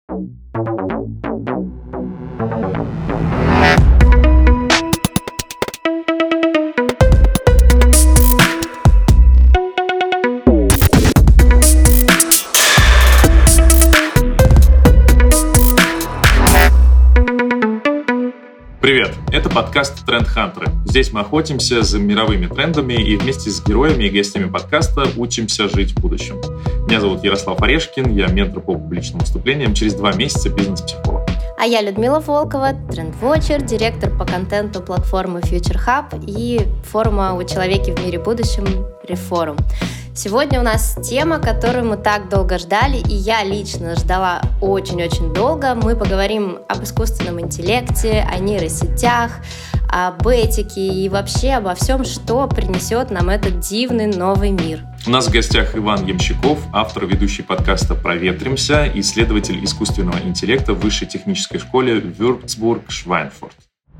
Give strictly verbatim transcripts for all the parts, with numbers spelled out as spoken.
Привет! Это подкаст «Тренд Хантеры». Здесь мы охотимся за мировыми трендами и вместе с героями и гостями подкаста учимся жить в будущем. Меня зовут Ярослав Орешкин, я ментор по публичным выступлениям, через два месяца бизнес-психолог. А я Людмила Волкова, тренд-вотчер, директор по контенту платформы Future Hub и форума «О человеке в мире будущем» Reforum. Сегодня у нас тема, которую мы так долго ждали, и я лично ждала очень-очень долго. Мы поговорим об искусственном интеллекте, о нейросетях, об этике и вообще обо всем, что принесет нам этот дивный новый мир. У нас в гостях Иван Ямщиков, автор и ведущий подкаста «Проветримся», исследователь искусственного интеллекта в Высшей технической школе Вюрцбург-Швайнфурт.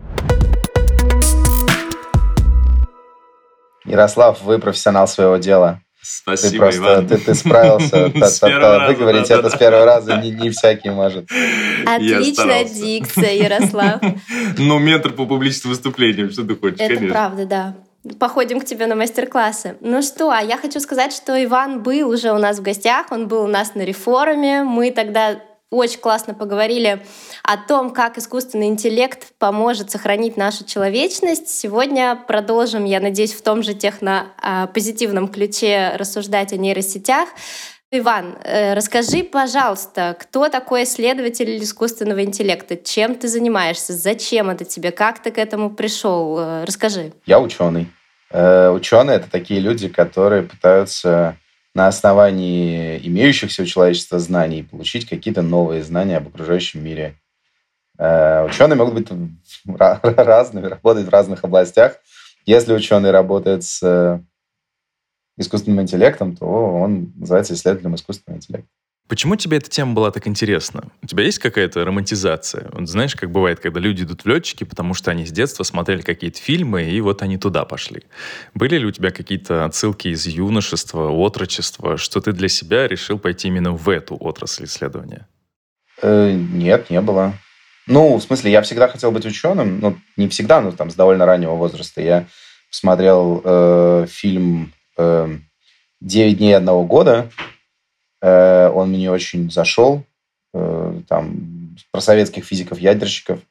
Ярослав, вы профессионал своего дела. Спасибо, ты просто, Иван. Ты, ты справился. Выговорить это с первого раза не, не всякий может. Отличная дикция, Ярослав. Ну, ментор по публичным выступлениям, что ты хочешь, Это конечно. правда, да. Походим к тебе на мастер-классы. Ну что, а я хочу сказать, что Иван был уже у нас в гостях, он был у нас на Reforum. Мы тогда очень классно поговорили о том, как искусственный интеллект поможет сохранить нашу человечность. Сегодня продолжим, я надеюсь, в том же техно-позитивном ключе рассуждать о нейросетях. Иван, расскажи, пожалуйста, кто такой исследователь искусственного интеллекта? Чем ты занимаешься? Зачем это тебе? Как ты к этому пришел? Расскажи. Я ученый. Ученые — это такие люди, которые пытаются на основании имеющихся у человечества знаний получить какие-то новые знания об окружающем мире. Ученые могут быть разными, работать в разных областях. Если ученый работает с искусственным интеллектом, то он называется исследователем искусственного интеллекта. Почему тебе эта тема была так интересна? У тебя есть какая-то романтизация? Вот знаешь, как бывает, когда люди идут в летчики, потому что они с детства смотрели какие-то фильмы, и вот они туда пошли. Были ли у тебя какие-то отсылки из юношества, отрочества, что ты для себя решил пойти именно в эту отрасль исследования? Э, нет, не было. Ну, в смысле, я всегда хотел быть ученым. Ну, не всегда, но там с довольно раннего возраста. Я посмотрел э, фильм э, «Девять дней одного года». Он мне очень зашел, там, про советских физиков-ядерщиков.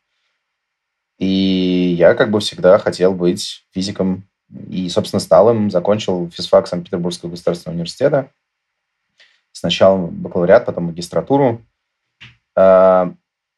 И я как бы всегда хотел быть физиком. И, собственно, стал им. Закончил физфак Санкт-Петербургского государственного университета. Сначала бакалавриат, потом магистратуру. Ну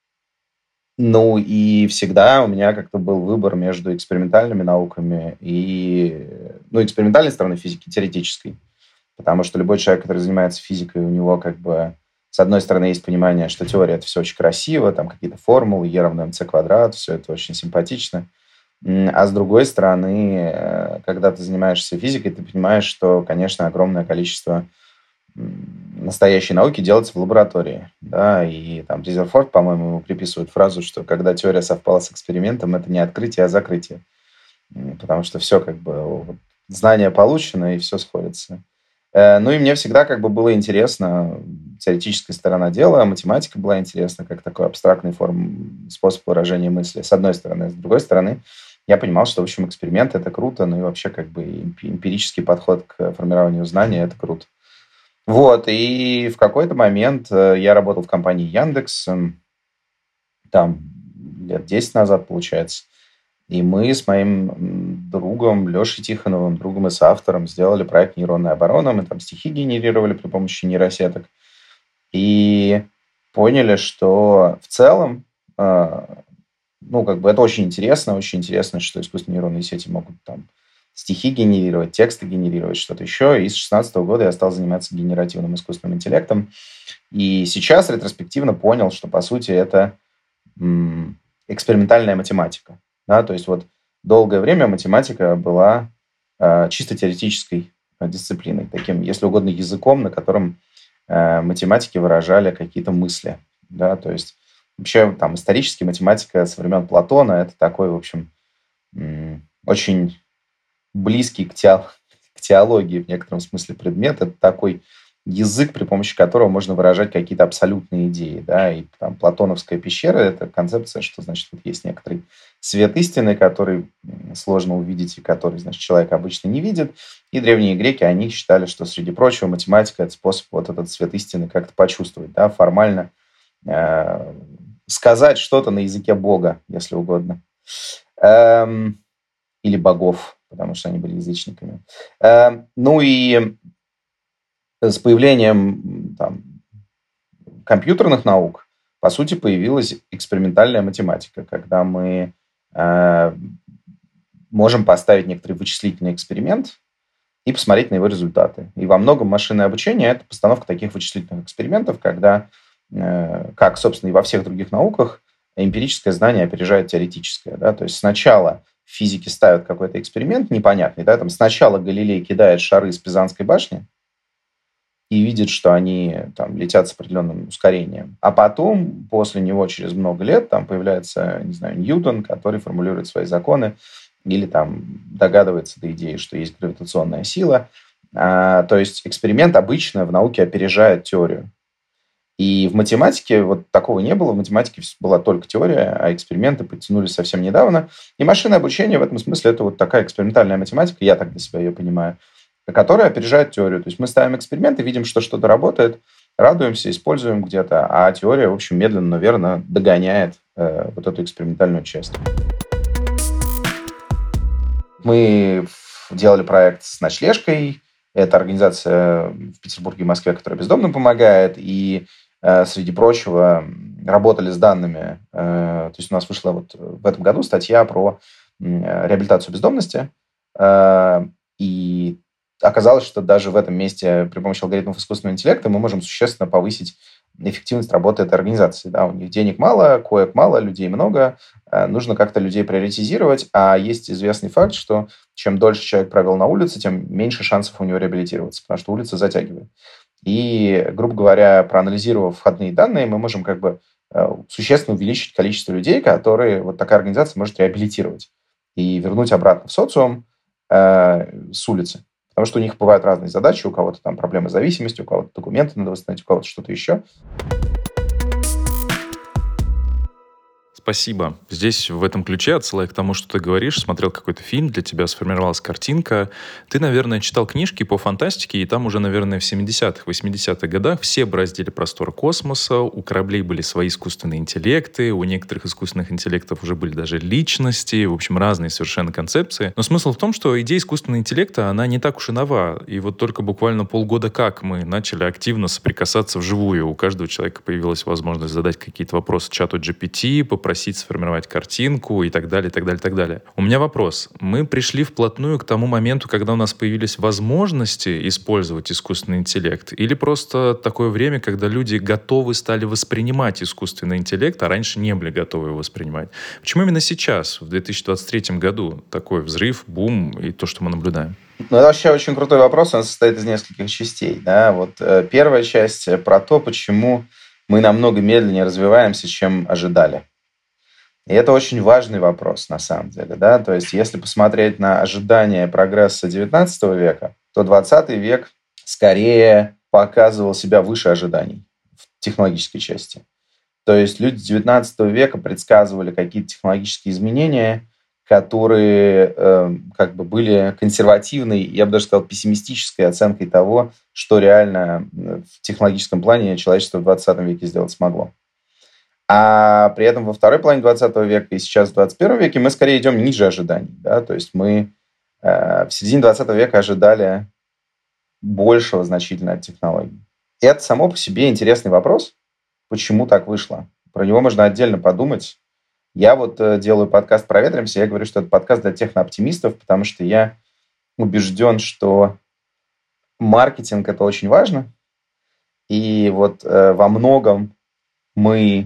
и всегда у меня как-то был выбор между экспериментальными науками и... Ну, экспериментальной стороны физики, теоретической. Потому что любой человек, который занимается физикой, у него как бы с одной стороны есть понимание, что теория — это все очень красиво, там какие-то формулы, Е равно МЦ квадрат, все это очень симпатично. А с другой стороны, когда ты занимаешься физикой, ты понимаешь, что, конечно, огромное количество настоящей науки делается в лаборатории. Да? И там Резерфорд, по-моему, ему приписывают фразу, что когда теория совпала с экспериментом, это не открытие, а закрытие. Потому что все как бы... Знание получено, и все сходится. Ну и мне всегда как бы было интересно теоретическая сторона дела, математика была интересна, как такой абстрактный форм, способ выражения мысли, с одной стороны. С другой стороны, я понимал, что, в общем, эксперимент — это круто, ну и вообще как бы эмпирический подход к формированию знаний — это круто. Вот, и в какой-то момент я работал в компании Яндекс, там лет десять назад, получается. И мы с моим другом Лешей Тихоновым, другом и соавтором, сделали проект «Нейронная оборона». Мы там стихи генерировали при помощи нейросеток. И поняли, что в целом, ну, как бы это очень интересно. Очень интересно, что искусственные нейронные сети могут там стихи генерировать, тексты генерировать, что-то еще. И с две тысячи шестнадцатого года я стал заниматься генеративным искусственным интеллектом. И сейчас ретроспективно понял, что, по сути, это м- экспериментальная математика. Да, то есть вот долгое время математика была э, чисто теоретической э, дисциплиной, таким, если угодно, языком, на котором э, математики выражали какие-то мысли. Да, то есть вообще там исторически математика со времен Платона — это такой, в общем, м- очень близкий к, тео- к теологии в некотором смысле предмет. Это такой язык, при помощи которого можно выражать какие-то абсолютные идеи, да, и там платоновская пещера – это концепция, что, значит, вот есть некоторый свет истины, который сложно увидеть и который, значит, человек обычно не видит, и древние греки, они считали, что, среди прочего, математика – это способ вот этот свет истины как-то почувствовать, да, формально э, сказать что-то на языке Бога, если угодно, эм, или богов, потому что они были язычниками. Эм, ну и с появлением там, компьютерных наук, по сути, появилась экспериментальная математика, когда мы э, можем поставить некоторый вычислительный эксперимент и посмотреть на его результаты. И во многом машинное обучение – это постановка таких вычислительных экспериментов, когда, э, как, собственно, и во всех других науках, эмпирическое знание опережает теоретическое. Да? То есть сначала физики ставят какой-то эксперимент непонятный. Да? Там сначала Галилей кидает шары с Пизанской башни, и видит, что они там летят с определенным ускорением. А потом, после него, через много лет, там появляется, не знаю, Ньютон, который формулирует свои законы или там догадывается до идеи, что есть гравитационная сила. А, то есть эксперимент обычно в науке опережает теорию. И в математике вот такого не было. В математике была только теория, а эксперименты подтянулись совсем недавно. И машинное обучение в этом смысле это вот такая экспериментальная математика, я так для себя ее понимаю, которая опережает теорию. То есть мы ставим эксперименты, видим, что что-то работает, радуемся, используем где-то, а теория, в общем, медленно, но верно догоняет э, вот эту экспериментальную часть. Мы делали проект с «Ночлежкой». Это организация в Петербурге и Москве, которая бездомным помогает. И, э, среди прочего, работали с данными. Э, то есть у нас вышла вот в этом году статья про э, реабилитацию бездомности. Э, и оказалось, что даже в этом месте при помощи алгоритмов искусственного интеллекта мы можем существенно повысить эффективность работы этой организации. Да, у них денег мало, коек мало, людей много, нужно как-то людей приоритизировать, а есть известный факт, что чем дольше человек провел на улице, тем меньше шансов у него реабилитироваться, потому что улица затягивает. И, грубо говоря, проанализировав входные данные, мы можем как бы существенно увеличить количество людей, которые вот такая организация может реабилитировать и вернуть обратно в социум э, с улицы. Потому что у них бывают разные задачи, у кого-то там проблемы с зависимостью, у кого-то документы надо восстановить, у кого-то что-то еще. Спасибо. Здесь в этом ключе, отсылая к тому, что ты говоришь, смотрел какой-то фильм, для тебя сформировалась картинка. Ты, наверное, читал книжки по фантастике, и там уже, наверное, в семидесятых, восьмидесятых годах все бороздили простор космоса, у кораблей были свои искусственные интеллекты, у некоторых искусственных интеллектов уже были даже личности, в общем, разные совершенно концепции. Но смысл в том, что идея искусственного интеллекта, она не так уж и нова. И вот только буквально полгода как мы начали активно соприкасаться вживую. У каждого человека появилась возможность задать какие-то вопросы чату джи пи ти, попросить просить сформировать картинку и так далее, и так далее, и так далее. У меня вопрос. Мы пришли вплотную к тому моменту, когда у нас появились возможности использовать искусственный интеллект, или просто такое время, когда люди готовы стали воспринимать искусственный интеллект, а раньше не были готовы его воспринимать? Почему именно сейчас, в две тысячи двадцать третьем году, такой взрыв, бум и то, что мы наблюдаем? Ну, это вообще очень крутой вопрос, он состоит из нескольких частей. Да? Вот, э, первая часть про то, почему мы намного медленнее развиваемся, чем ожидали. И это очень важный вопрос, на самом деле. Да? То есть, если посмотреть на ожидания прогресса девятнадцатого века, то двадцатый век скорее показывал себя выше ожиданий в технологической части. То есть, люди девятнадцатого века предсказывали какие-то технологические изменения, которые э, как бы были консервативной, я бы даже сказал, пессимистической оценкой того, что реально в технологическом плане человечество в двадцатом веке сделать смогло. А при этом во второй половине двадцатого века и сейчас в двадцать первом веке мы скорее идем ниже ожиданий. Да? То есть мы э, в середине двадцатого века ожидали большего значительно от технологий. И это само по себе интересный вопрос, почему так вышло. Про него можно отдельно подумать. Я вот э, делаю подкаст «Проветримся», я говорю, что это подкаст для технооптимистов, потому что я убежден, что маркетинг – это очень важно. И вот э, во многом мы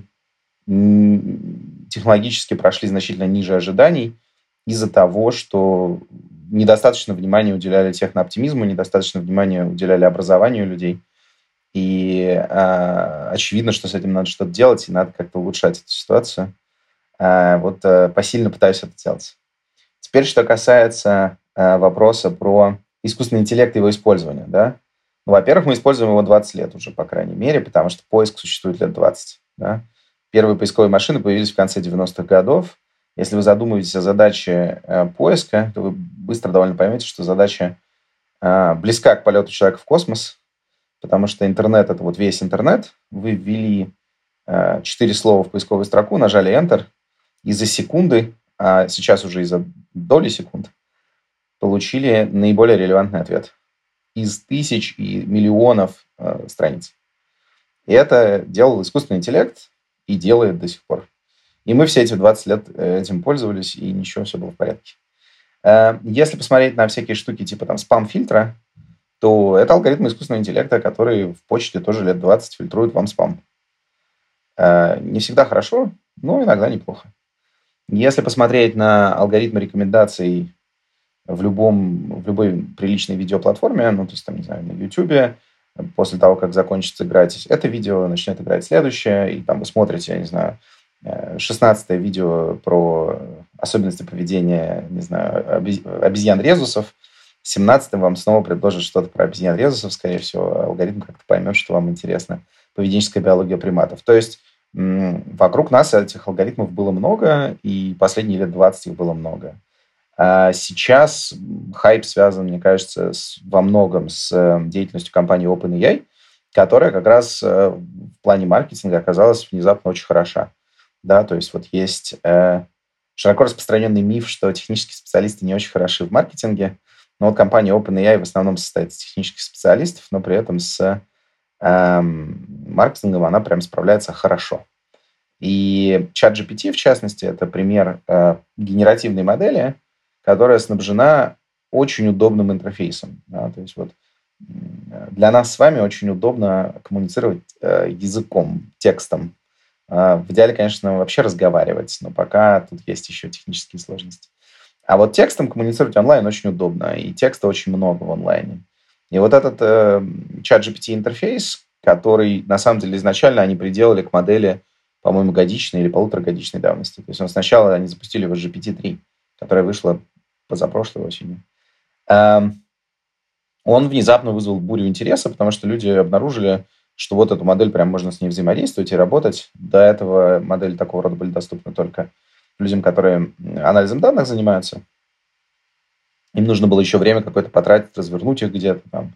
технологически прошли значительно ниже ожиданий из-за того, что недостаточно внимания уделяли технооптимизму, недостаточно внимания уделяли образованию людей. И э, очевидно, что с этим надо что-то делать, и надо как-то улучшать эту ситуацию. Э, вот э, посильно пытаюсь это делать. Теперь, что касается э, вопроса про искусственный интеллект и его использование. Да? Ну, во-первых, мы используем его двадцать лет уже, по крайней мере, потому что поиск существует лет двадцать. Да? Первые поисковые машины появились в конце девяностых годов. Если вы задумываетесь о задаче э, поиска, то вы быстро довольно поймете, что задача э, близка к полету человека в космос, потому что интернет — это вот весь интернет. Вы ввели э, четыре слова в поисковую строку, нажали Enter, и за секунды, а сейчас уже и за доли секунд, получили наиболее релевантный ответ из тысяч и миллионов э, страниц. И это делал искусственный интеллект и делает до сих пор. И мы все эти двадцать лет этим пользовались, и ничего, все было в порядке. Э, если посмотреть на всякие штуки типа там спам-фильтра, то это алгоритмы искусственного интеллекта, которые в почте тоже лет двадцать фильтруют вам спам. Э, не всегда хорошо, но иногда неплохо. Если посмотреть на алгоритмы рекомендаций в, любом, в любой приличной видеоплатформе, ну, то есть, там, не знаю, на YouTube, после того, как закончится играть это видео, начнет играть следующее, и там вы смотрите, я не знаю, шестнадцатое видео про особенности поведения, не знаю, обезьян-резусов, семнадцатым вам снова предложат что-то про обезьян-резусов, скорее всего, алгоритм как-то поймет, что вам интересно поведенческая биология приматов. То есть вокруг нас этих алгоритмов было много, и последние лет двадцать их было много. А сейчас хайп связан, мне кажется, с, во многом с деятельностью компании OpenAI, которая как раз в плане маркетинга оказалась внезапно очень хороша. Да, то есть вот есть э, широко распространенный миф, что технические специалисты не очень хороши в маркетинге, но вот компания OpenAI в основном состоит из технических специалистов, но при этом с э, маркетингом она прям справляется хорошо. И ChatGPT, в частности, это пример э, генеративной модели, которая снабжена очень удобным интерфейсом. Да? То есть вот для нас с вами очень удобно коммуницировать э, языком, текстом. Э, в идеале, конечно, вообще разговаривать, но пока тут есть еще технические сложности. А вот текстом коммуницировать онлайн очень удобно, и текста очень много в онлайне. И вот этот э, ChatGPT-интерфейс, который, на самом деле, изначально они приделали к модели, по-моему, годичной или полуторагодичной давности. То есть он сначала они запустили его джи пи ти три, которая вышла позапрошлой осенью. Он внезапно вызвал бурю интереса, потому что люди обнаружили, что вот эту модель прям можно с ней взаимодействовать и работать. До этого модели такого рода были доступны только людям, которые анализом данных занимаются. Им нужно было еще время какое-то потратить, развернуть их где-то, там,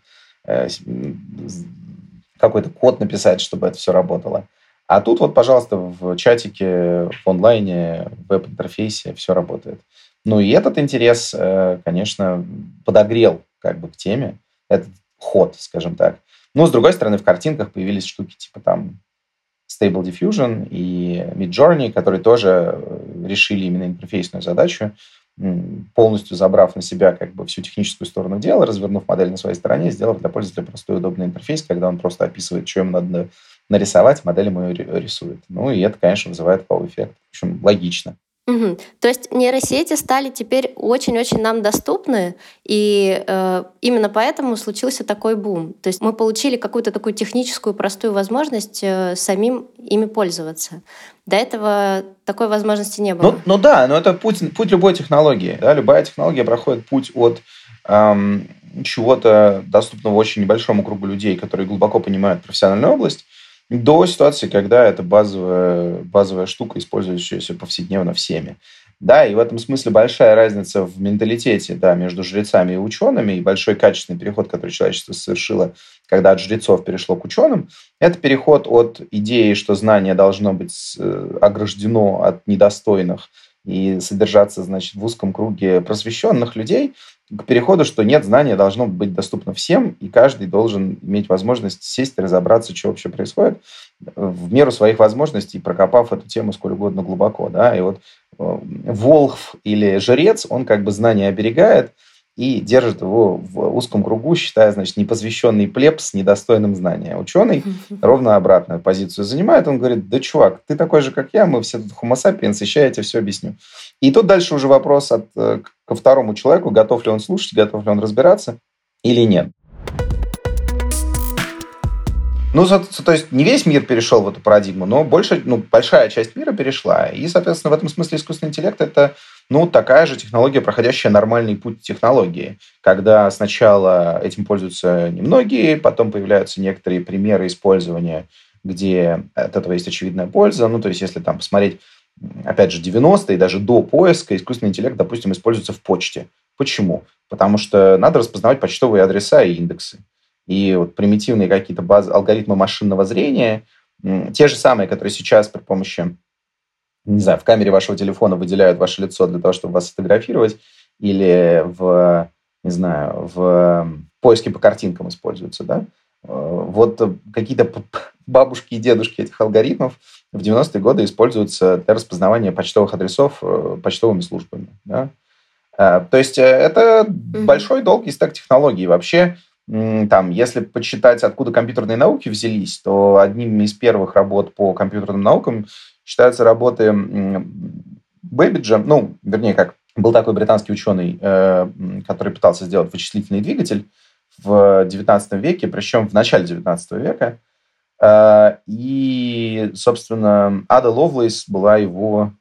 какой-то код написать, чтобы это все работало. А тут вот, пожалуйста, в чатике, в онлайне, в веб-интерфейсе все работает. Ну и этот интерес, конечно, подогрел как бы к теме, этот ход, скажем так. Но, с другой стороны, в картинках появились штуки типа там Stable Diffusion и Midjourney, которые тоже решили именно интерфейсную задачу, полностью забрав на себя как бы всю техническую сторону дела, развернув модель на своей стороне, сделав для пользователя простой и удобный интерфейс, когда он просто описывает, что ему надо нарисовать, модель ему рисует. Ну и это, конечно, вызывает вау-эффект. В общем, логично. Угу. То есть нейросети стали теперь очень-очень нам доступны, и э, именно поэтому случился такой бум. То есть мы получили какую-то такую техническую простую возможность э, самим ими пользоваться. До этого такой возможности не было. Ну, ну да, но это путь, путь любой технологии. Да? Любая технология проходит путь от эм, чего-то доступного очень небольшому кругу людей, которые глубоко понимают профессиональную область, до ситуации, когда это базовая, базовая штука, использующаяся повседневно всеми. Да, и в этом смысле большая разница в менталитете, да, между жрецами и учеными, и большой качественный переход, который человечество совершило, когда от жрецов перешло к ученым, это переход от идеи, что знание должно быть ограждено от недостойных и содержаться, значит, в узком круге просвещенных людей, к переходу, что нет, знание должно быть доступно всем, и каждый должен иметь возможность сесть и разобраться, что вообще происходит, в меру своих возможностей, прокопав эту тему сколь угодно глубоко. Да? И вот волхв или жрец, он как бы знание оберегает и держит его в узком кругу, считая, значит, непосвященный плебс недостойным знания. Ученый ровно обратную позицию занимает. Он говорит: да, чувак, ты такой же, как я, мы все тут homo sapiens, и сейчас я тебе все объясню. И тут дальше уже вопрос от, ко второму человеку, готов ли он слушать, готов ли он разбираться или нет. Ну, то есть не весь мир перешел в эту парадигму, но больше, ну, большая часть мира перешла. И, соответственно, в этом смысле искусственный интеллект – это ну, такая же технология, проходящая нормальный путь технологии, когда сначала этим пользуются немногие, потом появляются некоторые примеры использования, где от этого есть очевидная польза. Ну, то есть, если там посмотреть, опять же, девяностые, даже до поиска, искусственный интеллект, допустим, используется в почте. Почему? Потому что надо распознавать почтовые адреса и индексы. И вот примитивные какие-то базы, алгоритмы машинного зрения, те же самые, которые сейчас при помощи, не знаю, в камере вашего телефона выделяют ваше лицо для того, чтобы вас сфотографировать, или в, не знаю, в поиске по картинкам используются, да? Вот какие-то бабушки и дедушки этих алгоритмов в девяностые годы используются для распознавания почтовых адресов почтовыми службами. Да? То есть это mm-hmm. большой долгий стек технологий. Вообще, там, если почитать, откуда компьютерные науки взялись, то одним из первых работ по компьютерным наукам считаются работы Бэббиджа. Ну, вернее, как был такой британский ученый, который пытался сделать вычислительный двигатель в девятнадцатом веке, причем в начале девятнадцатого века. И, собственно, Ада Ловлейс была его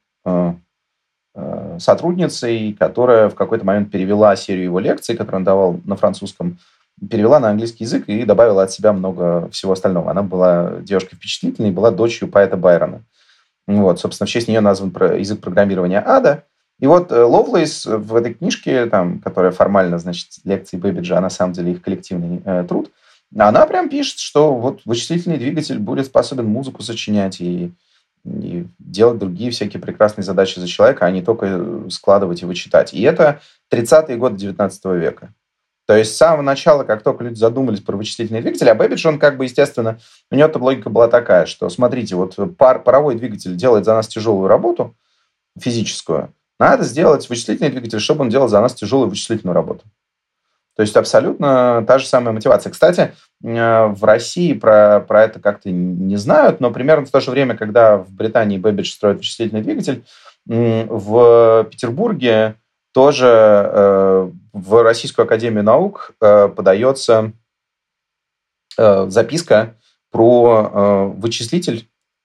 сотрудницей, которая в какой-то момент перевела серию его лекций, которые он давал на французском, перевела на английский язык и добавила от себя много всего остального. Она была девушкой впечатлительной, была дочерью поэта Байрона. Вот, собственно, в честь нее назван язык программирования Ада. И вот Ловлейс в этой книжке, там, которая формально, значит, лекции Бэббиджа, а на самом деле их коллективный э, труд, она прям пишет, что вот вычислительный двигатель будет способен музыку сочинять и, и делать другие всякие прекрасные задачи за человека, а не только складывать и вычитать. И это тридцатые годы девятнадцатого века. То есть с самого начала, как только люди задумались про вычислительный двигатель, а Бэббидж, он как бы, естественно, у него эта логика была такая, что, смотрите, вот пар, паровой двигатель делает за нас тяжелую работу физическую, надо сделать вычислительный двигатель, чтобы он делал за нас тяжелую вычислительную работу. То есть абсолютно та же самая мотивация. Кстати, в России про, про это как-то не знают, но примерно в то же время, когда в Британии Бэббидж строит вычислительный двигатель, в Петербурге тоже в Российскую академию наук подается записка про вычислитель,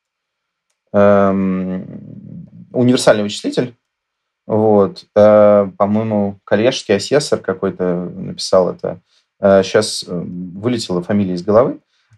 универсальный вычислитель. Вот. По-моему, коллежский асессор какой-то написал это. Сейчас вылетела фамилия из головы.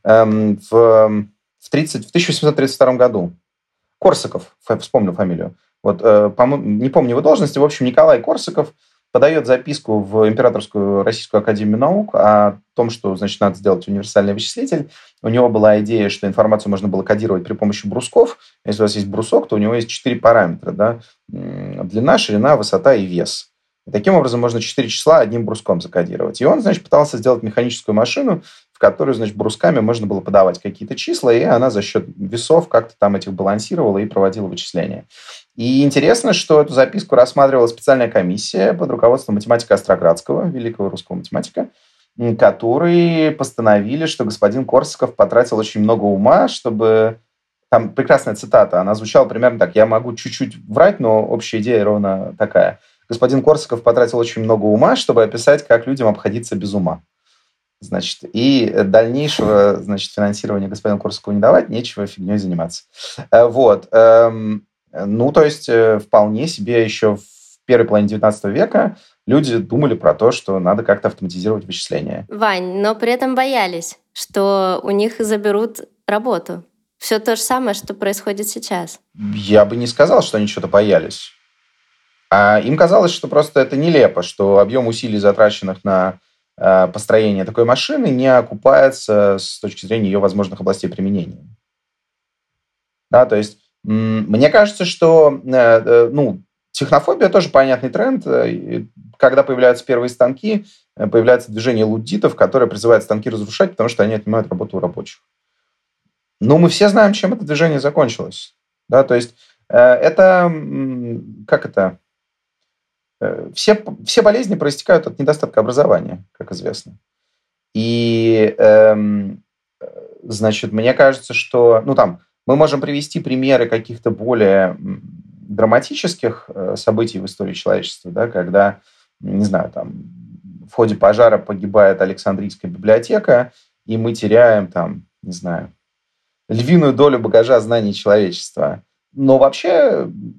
В, тридцать, в тысяча восемьсот тридцать втором году. Корсаков, вспомнил фамилию. Вот, по-моему, не помню его должности. В общем, Николай Корсаков подает записку в Императорскую Российскую академию наук о том, что, значит, надо сделать универсальный вычислитель. У него была идея, что информацию можно было кодировать при помощи брусков. Если у вас есть брусок, то у него есть четыре параметра. Да? Длина, ширина, высота и вес. И таким образом можно четыре числа одним бруском закодировать. И он, значит, пытался сделать механическую машину, в которую, значит, брусками можно было подавать какие-то числа, и она за счет весов как-то там этих балансировала и проводила вычисления. И интересно, что эту записку рассматривала специальная комиссия под руководством математика Остроградского, великого русского математика, которые постановили, что господин Корсаков потратил очень много ума, чтобы... Там прекрасная цитата, она звучала примерно так. Я могу чуть-чуть врать, но общая идея ровно такая. Господин Корсаков потратил очень много ума, чтобы описать, как людям обходиться без ума. Значит, и дальнейшего, значит, финансирования господину Корсакову не давать, нечего фигней заниматься. Вот. Ну, то есть, вполне себе еще в первой половине девятнадцатого века люди думали про то, что надо как-то автоматизировать вычисления. Вань, но при этом боялись, что у них заберут работу. Все то же самое, что происходит сейчас. Я бы не сказал, что они что-то боялись. А им казалось, что просто это нелепо, что объем усилий, затраченных на э, построение такой машины, не окупается с точки зрения ее возможных областей применения. Да, то есть, м- мне кажется, что э, э, ну, технофобия тоже понятный тренд. Когда появляются первые станки, появляется движение луддитов, которое призывает станки разрушать, потому что они отнимают работу у рабочих. Но мы все знаем, чем это движение закончилось. Да, то есть, э, это... Как это... Все, все болезни проистекают от недостатка образования, как известно. И, эм, значит, мне кажется, что... Ну, там, мы можем привести примеры каких-то более драматических событий в истории человечества, да, когда, не знаю, там, в ходе пожара погибает Александрийская библиотека, и мы теряем, там, не знаю, львиную долю багажа знаний человечества. Но вообще...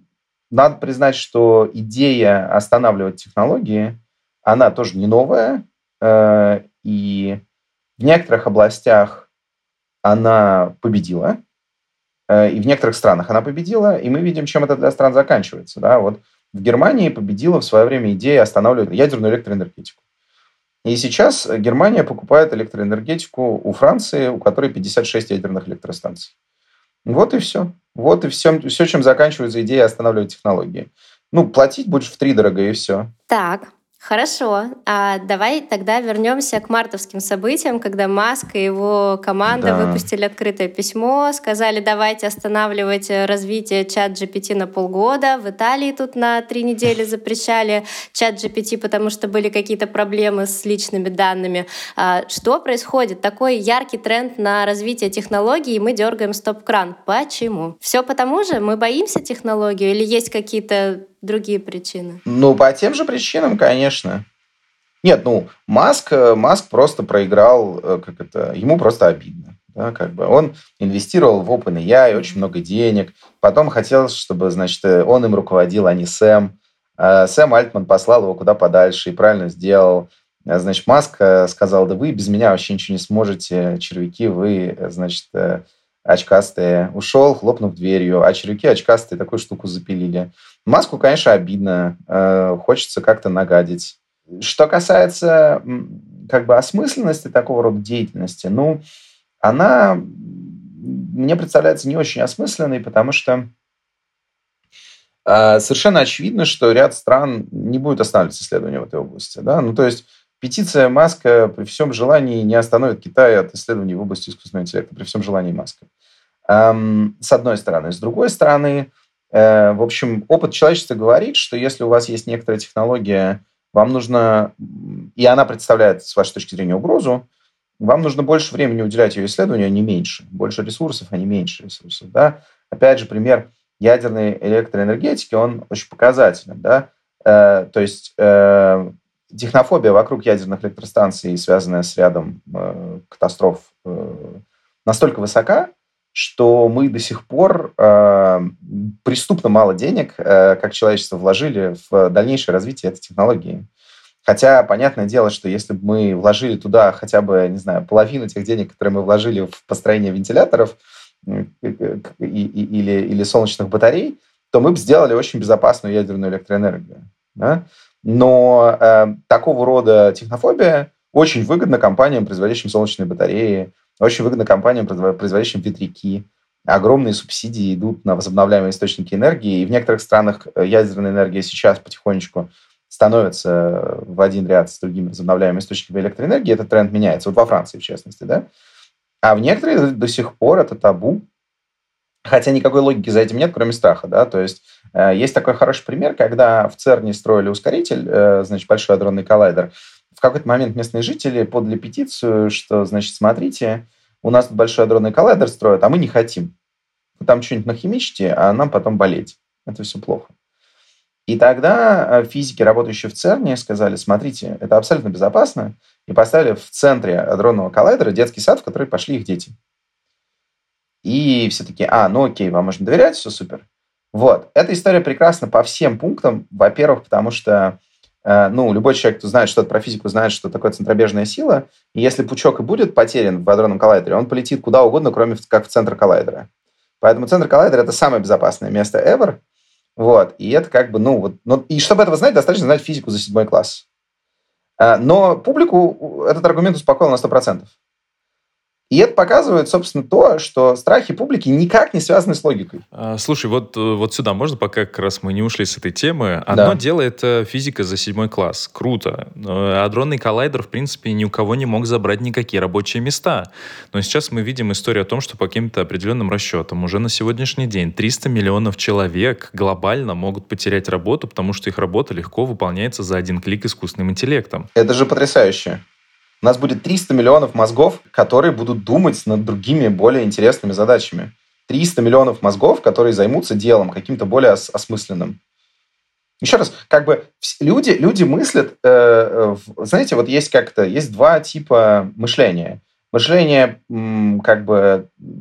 надо признать, что идея останавливать технологии, она тоже не новая, и в некоторых областях она победила, и в некоторых странах она победила, и мы видим, чем это для стран заканчивается. Да? Вот в Германии победила в свое время идея останавливать ядерную электроэнергетику. И сейчас Германия покупает электроэнергетику у Франции, у которой пятьдесят шесть ядерных электростанций. Вот и все. Вот и все, все, чем заканчивается идея останавливать технологии. Ну, платить будешь втридорога, и все. Так, хорошо. А давай тогда вернемся к мартовским событиям, когда Маск и его команда да. выпустили открытое письмо, сказали, давайте останавливать развитие чат джи пи ти на полгода. В Италии тут на три недели запрещали чат джи пи ти, потому что были какие-то проблемы с личными данными. А что происходит? Такой яркий тренд на развитие технологий, и мы дергаем стоп-кран. Почему? Все потому же? Мы боимся технологию или есть какие-то другие причины? Ну, по тем же причинам, конечно. Нет, ну, Маск, Маск просто проиграл, как это, ему просто обидно. Да, как бы. Он инвестировал в OpenAI очень много денег. Потом хотел, чтобы, значит, он им руководил, а не Сэм. Сэм Альтман послал его куда подальше и правильно сделал. Значит, Маск сказал, да вы без меня вообще ничего не сможете, червяки, вы, значит, очкастые. Ушел, хлопнув дверью, а червяки очкастые такую штуку запилили. Маску, конечно, обидно. Э, хочется как-то нагадить. Что касается как бы осмысленности такого рода деятельности, ну, она мне представляется не очень осмысленной, потому что э, совершенно очевидно, что ряд стран не будет останавливать исследования в этой области. Да? Ну, то есть петиция Маска при всем желании не остановит Китай от исследований в области искусственного интеллекта, при всем желании Маска. Эм, с одной стороны. С другой стороны, э, в общем, опыт человечества говорит, что если у вас есть некоторая технология, вам нужно, и она представляет, с вашей точки зрения, угрозу, вам нужно больше времени уделять ее исследованию, а не меньше. Больше ресурсов, а не меньше ресурсов. Да? Опять же, пример ядерной электроэнергетики, он очень показательный. Да? Э, то есть э, технофобия вокруг ядерных электростанций, связанная с рядом э, катастроф, э, настолько высока, что мы до сих пор э, преступно мало денег, э, как человечество, вложили в дальнейшее развитие этой технологии. Хотя, понятное дело, что если бы мы вложили туда хотя бы, не знаю, половину тех денег, которые мы вложили в построение вентиляторов или, или солнечных батарей, то мы бы сделали очень безопасную ядерную электроэнергию. Да? Но э, такого рода технофобия очень выгодна компаниям, производящим солнечные батареи, очень выгодно компаниям, производящим ветряки. Огромные субсидии идут на возобновляемые источники энергии. И в некоторых странах ядерная энергия сейчас потихонечку становится в один ряд с другими возобновляемыми источниками электроэнергии. Этот тренд меняется. Вот во Франции, в частности. Да? А в некоторых до сих пор это табу. Хотя никакой логики за этим нет, кроме страха. Да? То есть есть такой хороший пример, когда в ЦЕРНе строили ускоритель, значит, Большой адронный коллайдер. В какой-то момент местные жители подали петицию, что, значит, смотрите, у нас тут Большой адронный коллайдер строят, а мы не хотим. Вы там что-нибудь нахимичите, а нам потом болеть. Это все плохо. И тогда физики, работающие в ЦЕРНе, сказали, смотрите, это абсолютно безопасно, и поставили в центре адронного коллайдера детский сад, в который пошли их дети. И все такие, а, ну окей, вам можно доверять, все супер. Вот. Эта история прекрасна по всем пунктам. Во-первых, потому что ну, любой человек, кто знает что-то про физику, знает, что такое центробежная сила. И если пучок и будет потерян в адронном коллайдере, он полетит куда угодно, кроме как в центр коллайдера. Поэтому центр коллайдера – это самое безопасное место ever. Вот. И это как бы, ну, вот, ну, и чтобы этого знать, достаточно знать физику за седьмой класс. Но публику этот аргумент успокоил на сто процентов. И это показывает, собственно, то, что страхи публики никак не связаны с логикой. А, слушай, вот, вот сюда можно, пока как раз мы не ушли с этой темы. Одно да. дело — это физика за седьмой класс. Круто. Адронный коллайдер, в принципе, ни у кого не мог забрать никакие рабочие места. Но сейчас мы видим историю о том, что по каким-то определенным расчетам уже на сегодняшний день триста миллионов человек глобально могут потерять работу, потому что их работа легко выполняется за один клик искусственным интеллектом. Это же потрясающе. У нас будет триста миллионов мозгов, которые будут думать над другими, более интересными задачами. триста миллионов мозгов, которые займутся делом каким-то более ос- осмысленным. Еще раз, как бы люди, люди мыслят, э, э, знаете, вот есть как-то, есть два типа мышления. Мышление м, как бы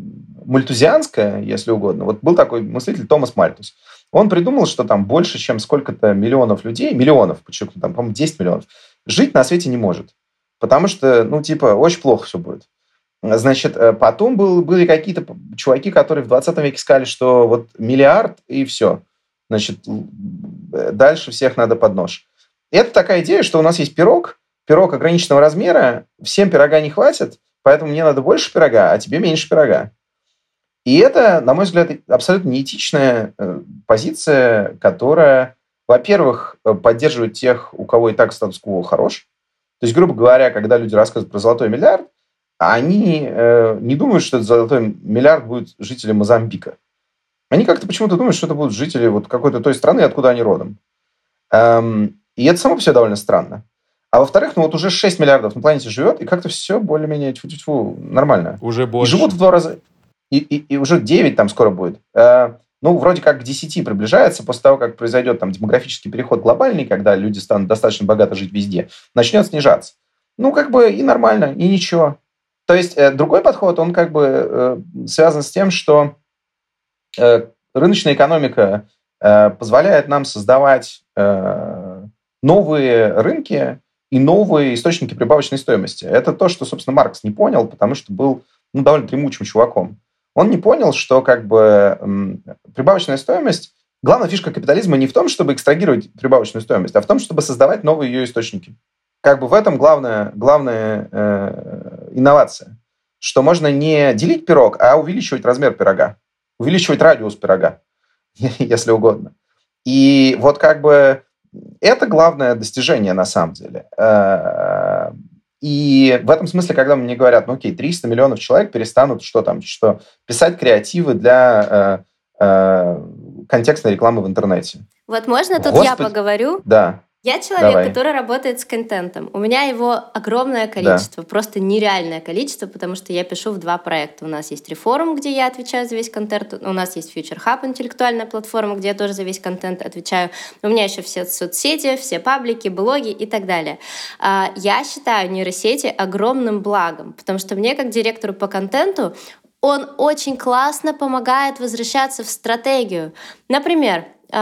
мальтузианское, если угодно. Вот был такой мыслитель Томас Мальтус. Он придумал, что там больше, чем сколько-то миллионов людей, миллионов, подчеркну, там, по-моему, десять миллионов, жить на свете не может. Потому что, ну, типа, очень плохо все будет. Значит, потом был, были какие-то чуваки, которые в двадцатом веке сказали, что вот миллиард и все. Значит, дальше всех надо под нож. Это такая идея, что у нас есть пирог, пирог ограниченного размера, всем пирога не хватит, поэтому мне надо больше пирога, а тебе меньше пирога. И это, на мой взгляд, абсолютно неэтичная позиция, которая, во-первых, поддерживает тех, у кого и так статус-кво хорош. То есть, грубо говоря, когда люди рассказывают про золотой миллиард, они э, не думают, что этот золотой миллиард будет жителем Мозамбика. Они как-то почему-то думают, что это будут жители вот какой-то той страны, откуда они родом. Эм, и это само по себе довольно странно. А во-вторых, ну вот уже шесть миллиардов на планете живет, и как-то все более-менее тьфу-тьфу-тьфу, нормально. Уже больше. И живут в два раза. И, и, и уже девять там скоро будет. Э, ну, вроде как к десяти приближается после того, как произойдет там демографический переход глобальный, когда люди станут достаточно богато жить везде, начнет снижаться. Ну, как бы и нормально, и ничего. То есть э, другой подход, он как бы э, связан с тем, что э, рыночная экономика э, позволяет нам создавать э, новые рынки и новые источники прибавочной стоимости. Это то, что, собственно, Маркс не понял, потому что был ну, довольно дремучим чуваком. Он не понял, что как бы э, прибавочная стоимость, главная фишка капитализма не в том, чтобы экстрагировать прибавочную стоимость, а в том, чтобы создавать новые ее источники. Как бы в этом главная, главная э, инновация, что можно не делить пирог, а увеличивать размер пирога, увеличивать радиус пирога, если угодно. И вот как бы это главное достижение на самом деле. И в этом смысле, когда мне говорят, ну окей, триста миллионов человек перестанут что там, что писать креативы для э, э, контекстной рекламы в интернете. Вот можно тут Господи, я поговорю? Да. Я человек, Давай. который работает с контентом. У меня его огромное количество, да. Просто нереальное количество, потому что я пишу в два проекта. У нас есть Reforum, где я отвечаю за весь контент. У нас есть Future Hub, интеллектуальная платформа, где я тоже за весь контент отвечаю. У меня еще все соцсети, все паблики, блоги и так далее. Я считаю нейросети огромным благом, потому что мне, как директору по контенту, он очень классно помогает возвращаться в стратегию. Например,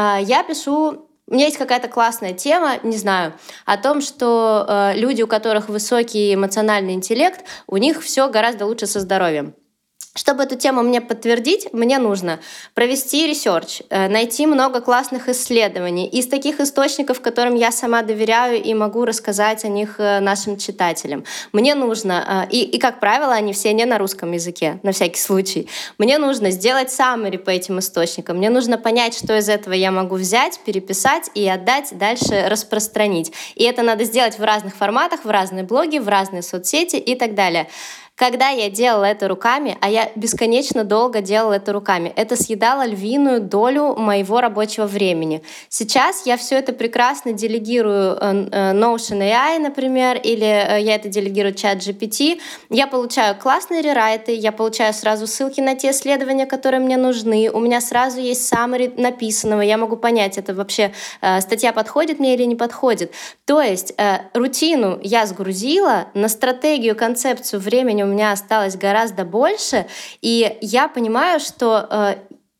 я пишу... У меня есть какая-то классная тема, не знаю, о том, что э, люди, у которых высокий эмоциональный интеллект, у них все гораздо лучше со здоровьем. Чтобы эту тему мне подтвердить, мне нужно провести ресерч, найти много классных исследований из таких источников, которым я сама доверяю и могу рассказать о них нашим читателям. Мне нужно, и, и как правило, они все не на русском языке, на всякий случай. Мне нужно сделать summary по этим источникам. Мне нужно понять, что из этого я могу взять, переписать и отдать, дальше распространить. И это надо сделать в разных форматах, в разные блоги, в разные соцсети и так далее. Когда я делала это руками, а я бесконечно долго делала это руками, это съедало львиную долю моего рабочего времени. Сейчас я все это прекрасно делегирую Notion эй ай, например, или я это делегирую чат джи пи ти. Я получаю классные рерайты, я получаю сразу ссылки на те исследования, которые мне нужны. У меня сразу есть summary написанного, я могу понять, это вообще статья подходит мне или не подходит. То есть рутину я сгрузила, на стратегию, концепцию времени у меня осталось гораздо больше, и я понимаю, что э,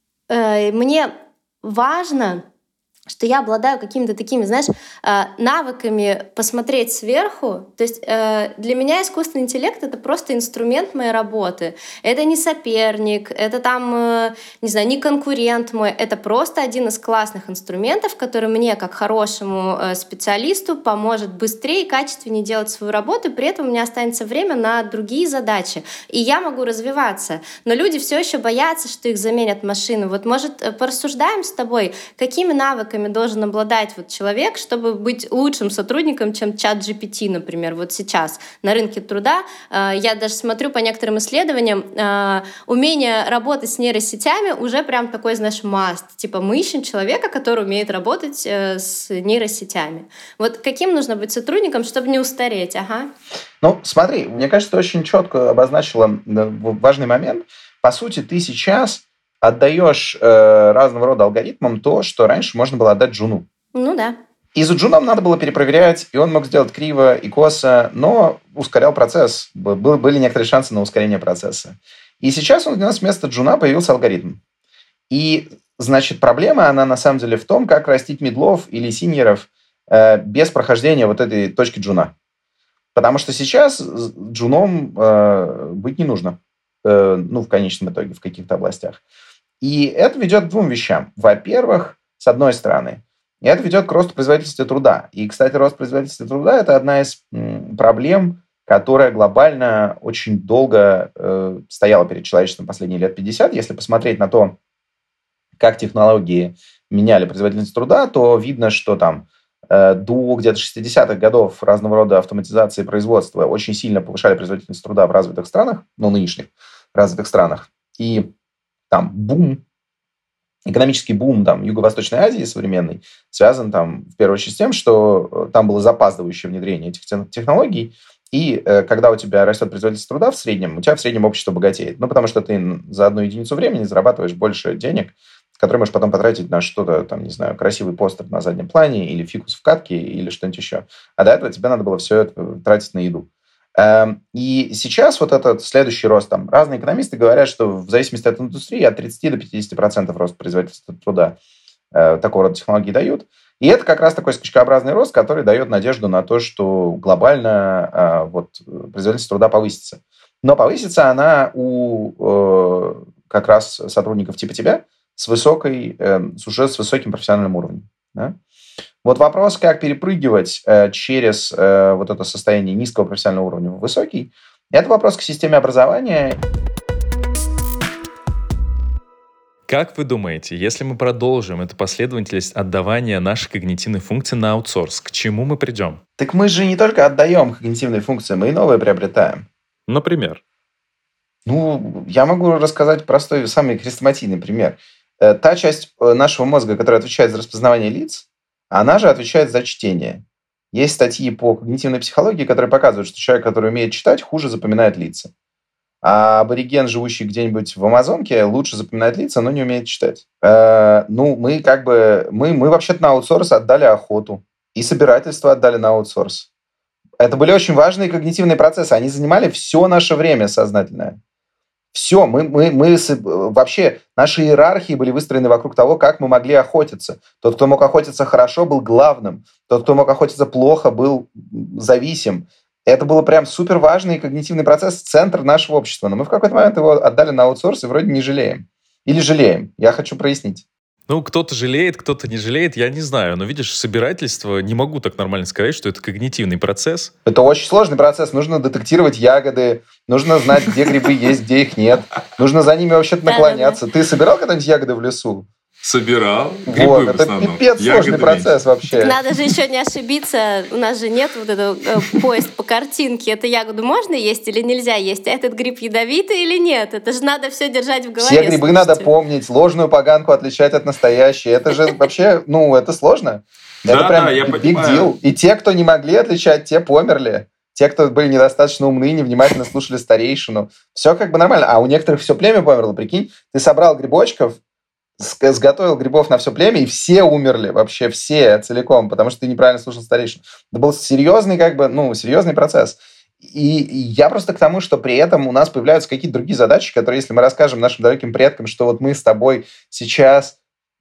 э, мне важно, что я обладаю какими-то такими, знаешь, э, навыками посмотреть сверху. То есть э, для меня искусственный интеллект — это просто инструмент моей работы. Это не соперник, это там, э, не знаю, не конкурент мой. Это просто один из классных инструментов, который мне, как хорошему э, специалисту, поможет быстрее и качественнее делать свою работу, и при этом у меня останется время на другие задачи. И я могу развиваться. Но люди все еще боятся, что их заменят машины. Вот, может, порассуждаем с тобой, какими навыками должен обладать вот человек, чтобы быть лучшим сотрудником, чем чат джи пи ти, например, вот сейчас на рынке труда. Я даже смотрю по некоторым исследованиям, умение работать с нейросетями уже прям такой, знаешь, must. Типа мы ищем человека, который умеет работать с нейросетями. Вот каким нужно быть сотрудником, чтобы не устареть? Ага. Ну, смотри, мне кажется, ты очень четко обозначила важный момент. По сути, ты сейчас отдаешь э, разного рода алгоритмам то, что раньше можно было отдать джуну. Ну да. И за джуном надо было перепроверять, и он мог сделать криво и косо, но ускорял процесс. Был, были некоторые шансы на ускорение процесса. И сейчас у нас вместо джуна появился алгоритм. И, значит, проблема, она на самом деле в том, как растить мидлов или синьоров э, без прохождения вот этой точки джуна. Потому что сейчас джуном э, быть не нужно. Э, ну, в конечном итоге, в каких-то областях. И это ведет к двум вещам. Во-первых, с одной стороны, это ведет к росту производительности труда. И, кстати, рост производительности труда – это одна из м, проблем, которая глобально очень долго э, стояла перед человечеством последние лет пятьдесят. Если посмотреть на то, как технологии меняли производительность труда, то видно, что там э, до где-то шестидесятых годов разного рода автоматизации производства очень сильно повышали производительность труда в развитых странах, ну, нынешних развитых странах. И там бум, экономический бум там, Юго-Восточной Азии современный связан там, в первую очередь с тем, что там было запаздывающее внедрение этих технологий, и э, когда у тебя растет производительность труда в среднем, у тебя в среднем общество богатеет. Ну, потому что ты за одну единицу времени зарабатываешь больше денег, которые можешь потом потратить на что-то, там, не знаю, красивый постер на заднем плане, или фикус в катке, или что-нибудь еще. А до этого тебе надо было все это тратить на еду. И сейчас вот этот следующий рост, там, разные экономисты говорят, что в зависимости от индустрии от тридцати до пятидесяти процентов рост производительности труда э, такого рода технологии дают. И это как раз такой скачкообразный рост, который дает надежду на то, что глобально э, вот, производительность труда повысится. Но повысится она у э, как раз сотрудников типа тебя с, высокой, э, с уже с высоким профессиональным уровнем. Да? Вот вопрос, как перепрыгивать э, через э, вот это состояние низкого профессионального уровня в высокий, это вопрос к системе образования. Как вы думаете, если мы продолжим эту последовательность отдавания наших когнитивных функций на аутсорс, к чему мы придем? Так мы же не только отдаем когнитивные функции, мы и новые приобретаем. Например? Ну, я могу рассказать простой, самый хрестоматийный пример. Э, та часть нашего мозга, которая отвечает за распознавание лиц, она же отвечает за чтение. Есть статьи по когнитивной психологии, которые показывают, что человек, который умеет читать, хуже запоминает лица. А абориген, живущий где-нибудь в Амазонке, лучше запоминает лица, но не умеет читать. Э, ну, мы как бы... Мы, мы вообще-то на аутсорс отдали охоту. И собирательство отдали на аутсорс. Это были очень важные когнитивные процессы. Они занимали все наше время сознательное. Все, мы, мы, мы вообще, наши иерархии были выстроены вокруг того, как мы могли охотиться. Тот, кто мог охотиться хорошо, был главным. Тот, кто мог охотиться плохо, был зависим. Это был прям супер важный когнитивный процесс, центр нашего общества. Но мы в какой-то момент его отдали на аутсорс и вроде не жалеем. Или жалеем. Я хочу прояснить. Ну, кто-то жалеет, кто-то не жалеет, я не знаю. Но, видишь, собирательство, не могу так нормально сказать, что это когнитивный процесс. Это очень сложный процесс. Нужно детектировать ягоды, нужно знать, где грибы есть, где их нет. Нужно за ними вообще-то наклоняться. Ты собирал когда-нибудь ягоды в лесу? Собирал. Грибы вот, в это основном. пипец сложный процесс вообще. Надо же еще не ошибиться. У нас же нет вот этого э, поезд по картинке. Эту ягоду можно есть или нельзя есть? А этот гриб ядовитый или нет? Это же надо все держать в голове. Все грибы слушайте. Надо помнить. Ложную поганку отличать от настоящей. Это же вообще, ну, это сложно. Это прям big deal. И те, кто не могли отличать, те померли. Те, кто были недостаточно умны, невнимательно слушали старейшину. Все как бы нормально. А у некоторых все племя померло. Прикинь, ты собрал грибочков, сготовил грибов на все племя, и все умерли, вообще все целиком, потому что ты неправильно слушал старейшину. Это был серьезный, как бы, ну, серьезный процесс. И я просто к тому, что при этом у нас появляются какие-то другие задачи, которые, если мы расскажем нашим далеким предкам, что вот мы с тобой сейчас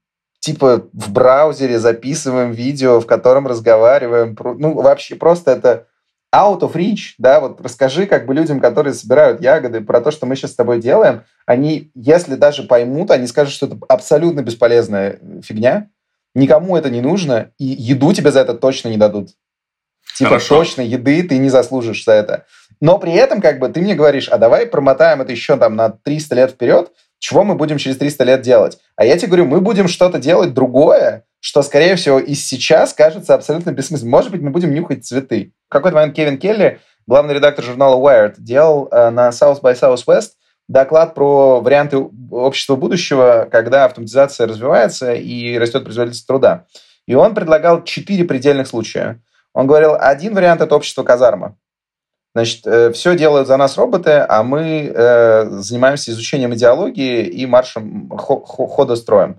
типа в браузере записываем видео, в котором разговариваем, ну, вообще просто это out of reach, да, вот расскажи как бы людям, которые собирают ягоды, про то, что мы сейчас с тобой делаем, они, если даже поймут, они скажут, что это абсолютно бесполезная фигня, никому это не нужно, и еду тебе за это точно не дадут. Типа Хорошо. Точно еды ты не заслужишь за это. Но при этом как бы ты мне говоришь, а давай промотаем это еще там на триста лет вперед, чего мы будем через триста лет делать? А я тебе говорю, мы будем что-то делать другое, что, скорее всего, и сейчас кажется абсолютно бессмысленным. Может быть, мы будем нюхать цветы. В какой-то момент Кевин Келли, главный редактор журнала Wired, делал э, на South by Southwest доклад про варианты общества будущего, когда автоматизация развивается и растет производительность труда. И он предлагал четыре предельных случая. Он говорил, один вариант – это общество казарма. Значит, э, все делают за нас роботы, а мы э, занимаемся изучением идеологии и маршем хо- хо- ходостроем.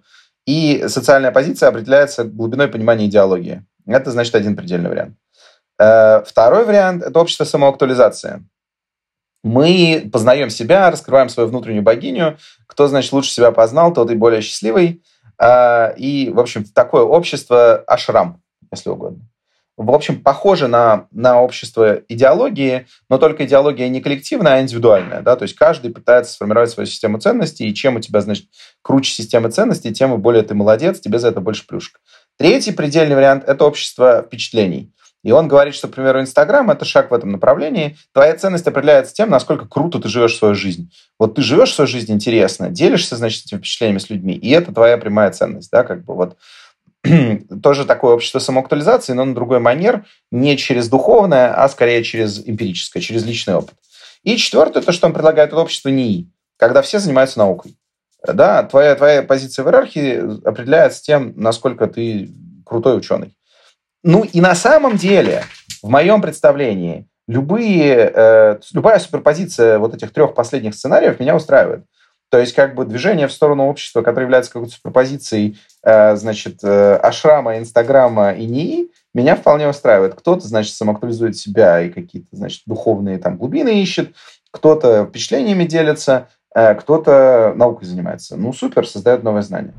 И социальная позиция определяется глубиной понимания идеологии. Это, значит, один предельный вариант. Э, второй вариант – это общество самоактуализации. Мы познаем себя, раскрываем свою внутреннюю богиню. Кто, значит, лучше себя познал, тот и более счастливый. И, в общем, такое общество ашрам, если угодно. В общем, похоже на, на общество идеологии, но только идеология не коллективная, а индивидуальная. Да? То есть каждый пытается сформировать свою систему ценностей, и чем у тебя, значит, круче система ценностей, тем и более ты молодец, тебе за это больше плюшек. Третий предельный вариант – это общество впечатлений. И он говорит, что, к примеру, Инстаграм – это шаг в этом направлении. Твоя ценность определяется тем, насколько круто ты живешь свою жизнь. Вот ты живешь свою жизнь интересно, делишься, значит, этими впечатлениями с людьми, и это твоя прямая ценность. Да? Как бы вот. Тоже такое общество самоактуализации, но на другой манер, не через духовное, а скорее через эмпирическое, через личный опыт. И четвертое, то, что он предлагает, это общество НИИ, когда все занимаются наукой. Да? Твоя, твоя позиция в иерархии определяется тем, насколько ты крутой ученый. Ну и на самом деле, в моем представлении, любые, э, любая суперпозиция вот этих трех последних сценариев меня устраивает. То есть как бы движение в сторону общества, которое является какой-то суперпозицией, э, значит, э, ашрама, инстаграма и НИИ, меня вполне устраивает. Кто-то, значит, самоактуализует себя и какие-то, значит, духовные там глубины ищет, кто-то впечатлениями делится, э, кто-то наукой занимается. Ну, супер, создает новые знания.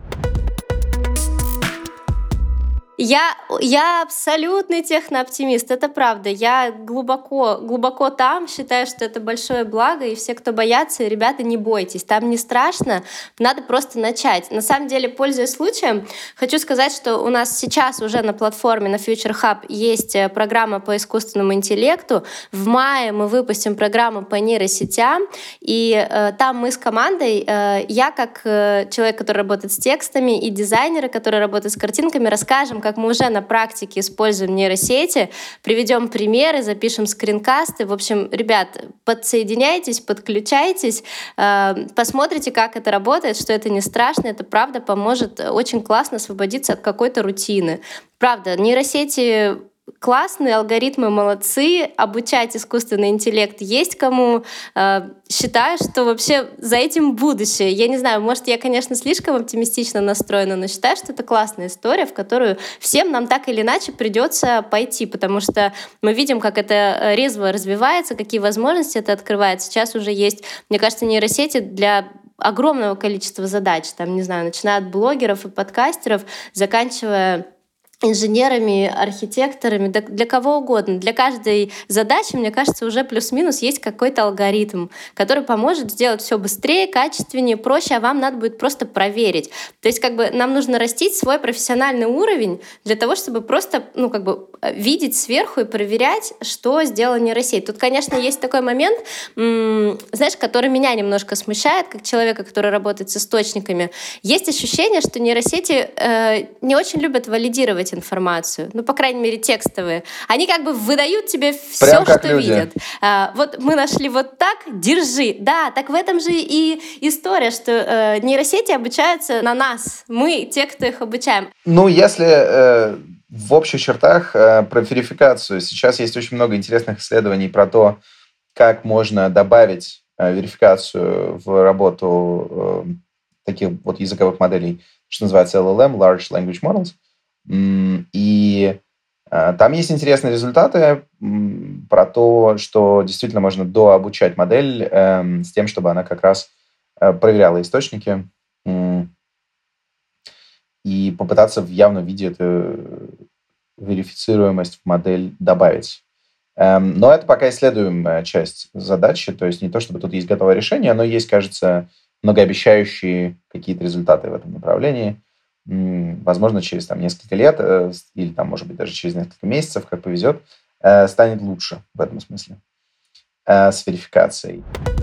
Я, я абсолютный технооптимист, это правда. Я глубоко, глубоко там, считаю, что это большое благо, и все, кто боятся, ребята, не бойтесь, там не страшно, надо просто начать. На самом деле, пользуясь случаем, хочу сказать, что у нас сейчас уже на платформе, на Future Hub есть программа по искусственному интеллекту. В мае мы выпустим программу по нейросетям, и э, там мы с командой, э, я как э, человек, который работает с текстами, и дизайнеры, которые работают с картинками, расскажем, как мы уже на практике используем нейросети, приведем примеры, запишем скринкасты. В общем, ребят, подсоединяйтесь, подключайтесь, посмотрите, как это работает, что это не страшно, это правда поможет очень классно освободиться от какой-то рутины. Правда, нейросети классные, алгоритмы молодцы, обучать искусственный интеллект есть кому. Считаю, что вообще за этим будущее. Я не знаю, может, я, конечно, слишком оптимистично настроена, но считаю, что это классная история, в которую всем нам так или иначе придется пойти, потому что мы видим, как это резво развивается, какие возможности это открывает. Сейчас уже есть, мне кажется, нейросети для огромного количества задач. Там, не знаю, начиная от блогеров и подкастеров, заканчивая инженерами, архитекторами, да, для кого угодно. Для каждой задачи, мне кажется, уже плюс-минус есть какой-то алгоритм, который поможет сделать все быстрее, качественнее, проще, а вам надо будет просто проверить. То есть как бы нам нужно растить свой профессиональный уровень для того, чтобы просто ну, как бы видеть сверху и проверять, что сделала нейросеть. Тут, конечно, есть такой момент, м- знаешь, который меня немножко смущает, как человека, который работает с источниками. Есть ощущение, что нейросети э, не очень любят валидировать информацию, ну, по крайней мере, текстовые. Они как бы выдают тебе все, прям как что люди. видят. А, вот мы нашли вот так, держи. Да, так в этом же и история, что э, нейросети обучаются на нас. Мы те, кто их обучаем. Ну, если э, в общих чертах э, про верификацию, сейчас есть очень много интересных исследований про то, как можно добавить э, верификацию в работу э, таких вот языковых моделей, что называется эл эл эм, Large Language Models. И э, там есть интересные результаты м, про то, что действительно можно дообучать модель э, с тем, чтобы она как раз э, проверяла источники э, и попытаться в явном виде эту верифицируемость в модель добавить. Э, но это пока исследуемая часть задачи, то есть не то, чтобы тут есть готовое решение, но есть, кажется, многообещающие какие-то результаты в этом направлении. Возможно, через там, несколько лет э, или, там, может быть, даже через несколько месяцев, как повезет, э, станет лучше в этом смысле э, с верификацией.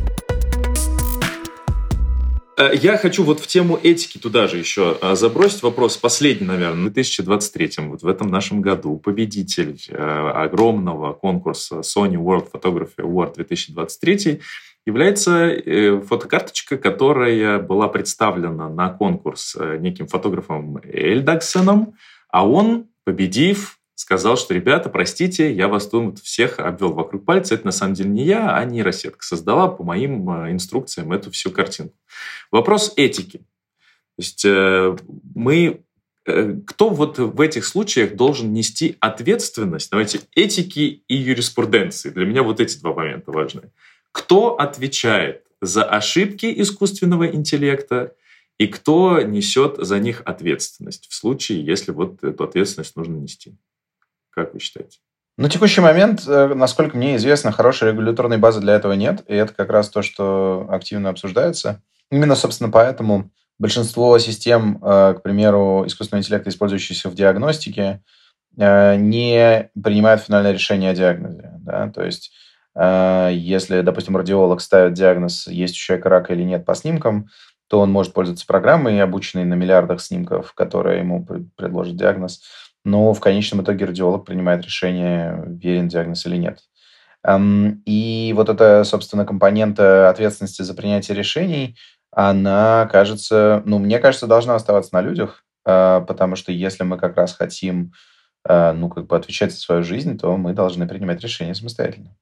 Я хочу вот в тему этики туда же еще забросить вопрос. Последний, наверное, в две тысячи двадцать третьем, вот в этом нашем году, победитель огромного конкурса Sony World Photography Award две тысячи двадцать три является фотокарточка, которая была представлена на конкурс неким фотографом Эльдаксеном, а он, победив, сказал, что, ребята, простите, я вас тут всех обвел вокруг пальца. Это на самом деле не я, а нейросетка создала по моим инструкциям эту всю картинку. Вопрос этики. То есть мы... Кто вот в этих случаях должен нести ответственность? Давайте, этики и юриспруденции. Для меня вот эти два момента важны. Кто отвечает за ошибки искусственного интеллекта и кто несет за них ответственность в случае, если вот эту ответственность нужно нести? Как вы считаете? На текущий момент, насколько мне известно, хорошей регуляторной базы для этого нет, и это как раз то, что активно обсуждается. Именно, собственно, поэтому большинство систем, к примеру, искусственного интеллекта, использующихся в диагностике, не принимают финальное решение о диагнозе. Да? То есть, если, допустим, радиолог ставит диагноз, есть у человека рак или нет по снимкам, то он может пользоваться программой, обученной на миллиардах снимков, которая ему предложит диагноз. Но в конечном итоге радиолог принимает решение, верен диагноз или нет. И вот эта, собственно, компонента ответственности за принятие решений, она, кажется, ну, мне кажется, должна оставаться на людях, потому что если мы как раз хотим, ну, как бы отвечать за свою жизнь, то мы должны принимать решения самостоятельно.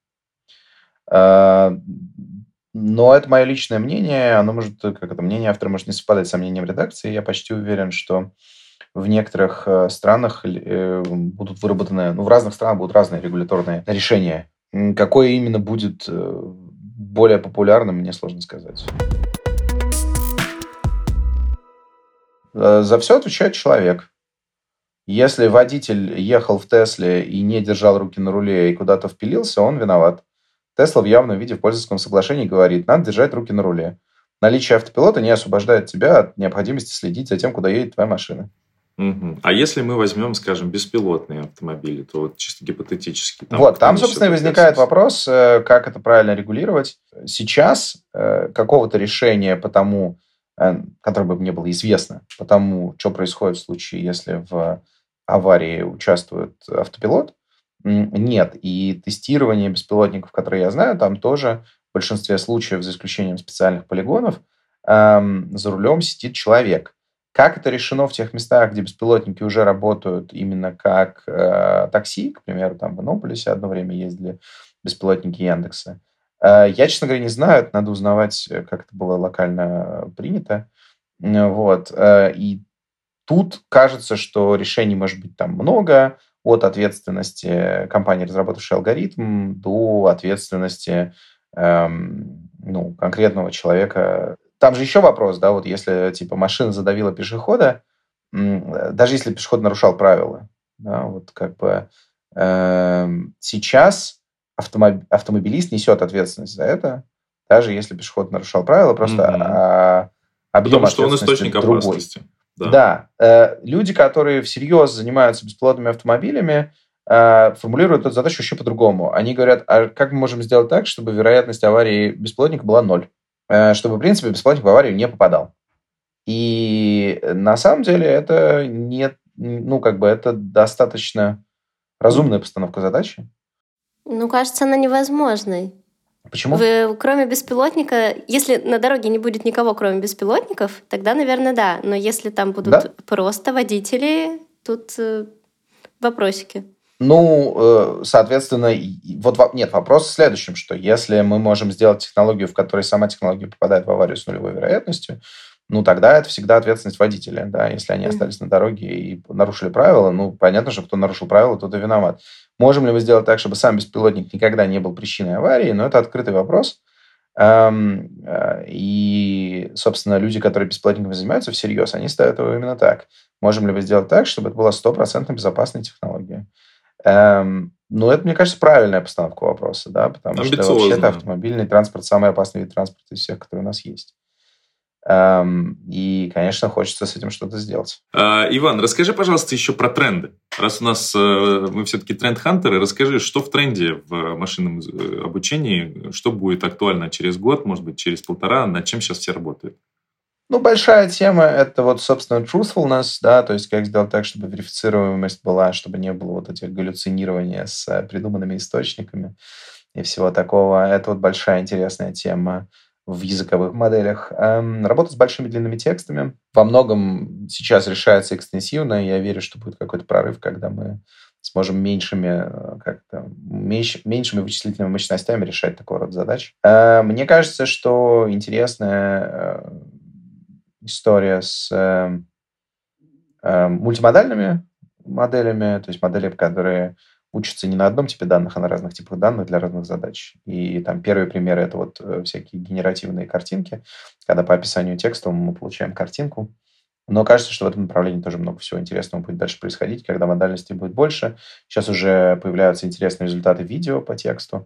Но это мое личное мнение, оно может, как это мнение автора может не совпадать с мнением редакции. Я почти уверен, что в некоторых странах будут выработаны, ну, в разных странах будут разные регуляторные решения. Какое именно будет более популярным, мне сложно сказать. За все отвечает человек. Если водитель ехал в Тесле и не держал руки на руле и куда-то впилился, он виноват. Тесла в явном виде в пользовательском соглашении говорит, надо держать руки на руле. Наличие автопилота не освобождает тебя от необходимости следить за тем, куда едет твоя машина. Угу. А если мы возьмем, скажем, беспилотные автомобили, то вот чисто гипотетически. Там вот, там, собственно, и возникает вопрос, как это правильно регулировать. Сейчас какого-то решения по тому, которое бы мне было известно, по тому, что происходит в случае, если в аварии участвует автопилот, нет. И тестирование беспилотников, которые я знаю, там тоже в большинстве случаев, за исключением специальных полигонов, за рулем сидит человек. Как это решено в тех местах, где беспилотники уже работают именно как э, такси, к примеру, там в Иннополисе одно время ездили беспилотники Яндекса. Э, я, честно говоря, не знаю, это надо узнавать, как это было локально принято. Вот. Э, и тут кажется, что решений может быть там много, от ответственности компании, разработавшей алгоритм, до ответственности э, ну, конкретного человека. Там же еще вопрос, да, вот если типа машина задавила пешехода, даже если пешеход нарушал правила, да, вот как бы э, сейчас автомоб... автомобилист несет ответственность за это, даже если пешеход нарушал правила, просто mm-hmm. а, объем Потому что он источник другой. Опасности. Да, да. Э, люди, которые всерьез занимаются беспилотными автомобилями, э, формулируют эту задачу еще по-другому. Они говорят, а как мы можем сделать так, чтобы вероятность аварии беспилотника была ноль? Чтобы, в принципе, беспилотник в аварию не попадал. И на самом деле это не, ну, как бы это достаточно разумная постановка задачи. Ну, кажется, она невозможной. Почему? Вы, кроме беспилотника, если на дороге не будет никого, кроме беспилотников, тогда, наверное, да. Но если там будут да? просто водители, тут э, вопросики. Ну, соответственно, вот нет, вопрос в следующем, что если мы можем сделать технологию, в которой сама технология попадает в аварию с нулевой вероятностью, ну, тогда это всегда ответственность водителя, да, если они остались на дороге и нарушили правила, ну, понятно, что кто нарушил правила, тот и виноват. Можем ли мы сделать так, чтобы сам беспилотник никогда не был причиной аварии? Но это открытый вопрос. И, собственно, люди, которые беспилотниками занимаются всерьез, они ставят его именно так. Можем ли мы сделать так, чтобы это была стопроцентно безопасная технология? Эм, ну, это, мне кажется, правильная постановка вопроса, да, потому что вообще-то автомобильный транспорт самый опасный вид транспорта из всех, которые у нас есть. Эм, и, конечно, хочется с этим что-то сделать. А, Иван, расскажи, пожалуйста, еще про тренды. Раз у нас э, мы все-таки тренд-хантеры, расскажи, что в тренде в машинном обучении, что будет актуально через год, может быть, через полтора, над чем сейчас все работают? Ну, большая тема – это вот, собственно, truthfulness, да, то есть как сделать так, чтобы верифицируемость была, чтобы не было вот этих галлюцинирования с придуманными источниками и всего такого. Это вот большая интересная тема в языковых моделях. Эм, работа с большими длинными текстами во многом сейчас решается экстенсивно, и я верю, что будет какой-то прорыв, когда мы сможем меньшими, как-то, меньш, меньшими вычислительными мощностями решать такого рода задачи. Э, мне кажется, что интересная история с э, э, мультимодальными моделями, то есть модели, которые учатся не на одном типе данных, а на разных типах данных для разных задач. И там первые примеры — это вот всякие генеративные картинки, когда по описанию текста мы получаем картинку. Но кажется, что в этом направлении тоже много всего интересного будет дальше происходить, когда модальностей будет больше. Сейчас уже появляются интересные результаты видео по тексту.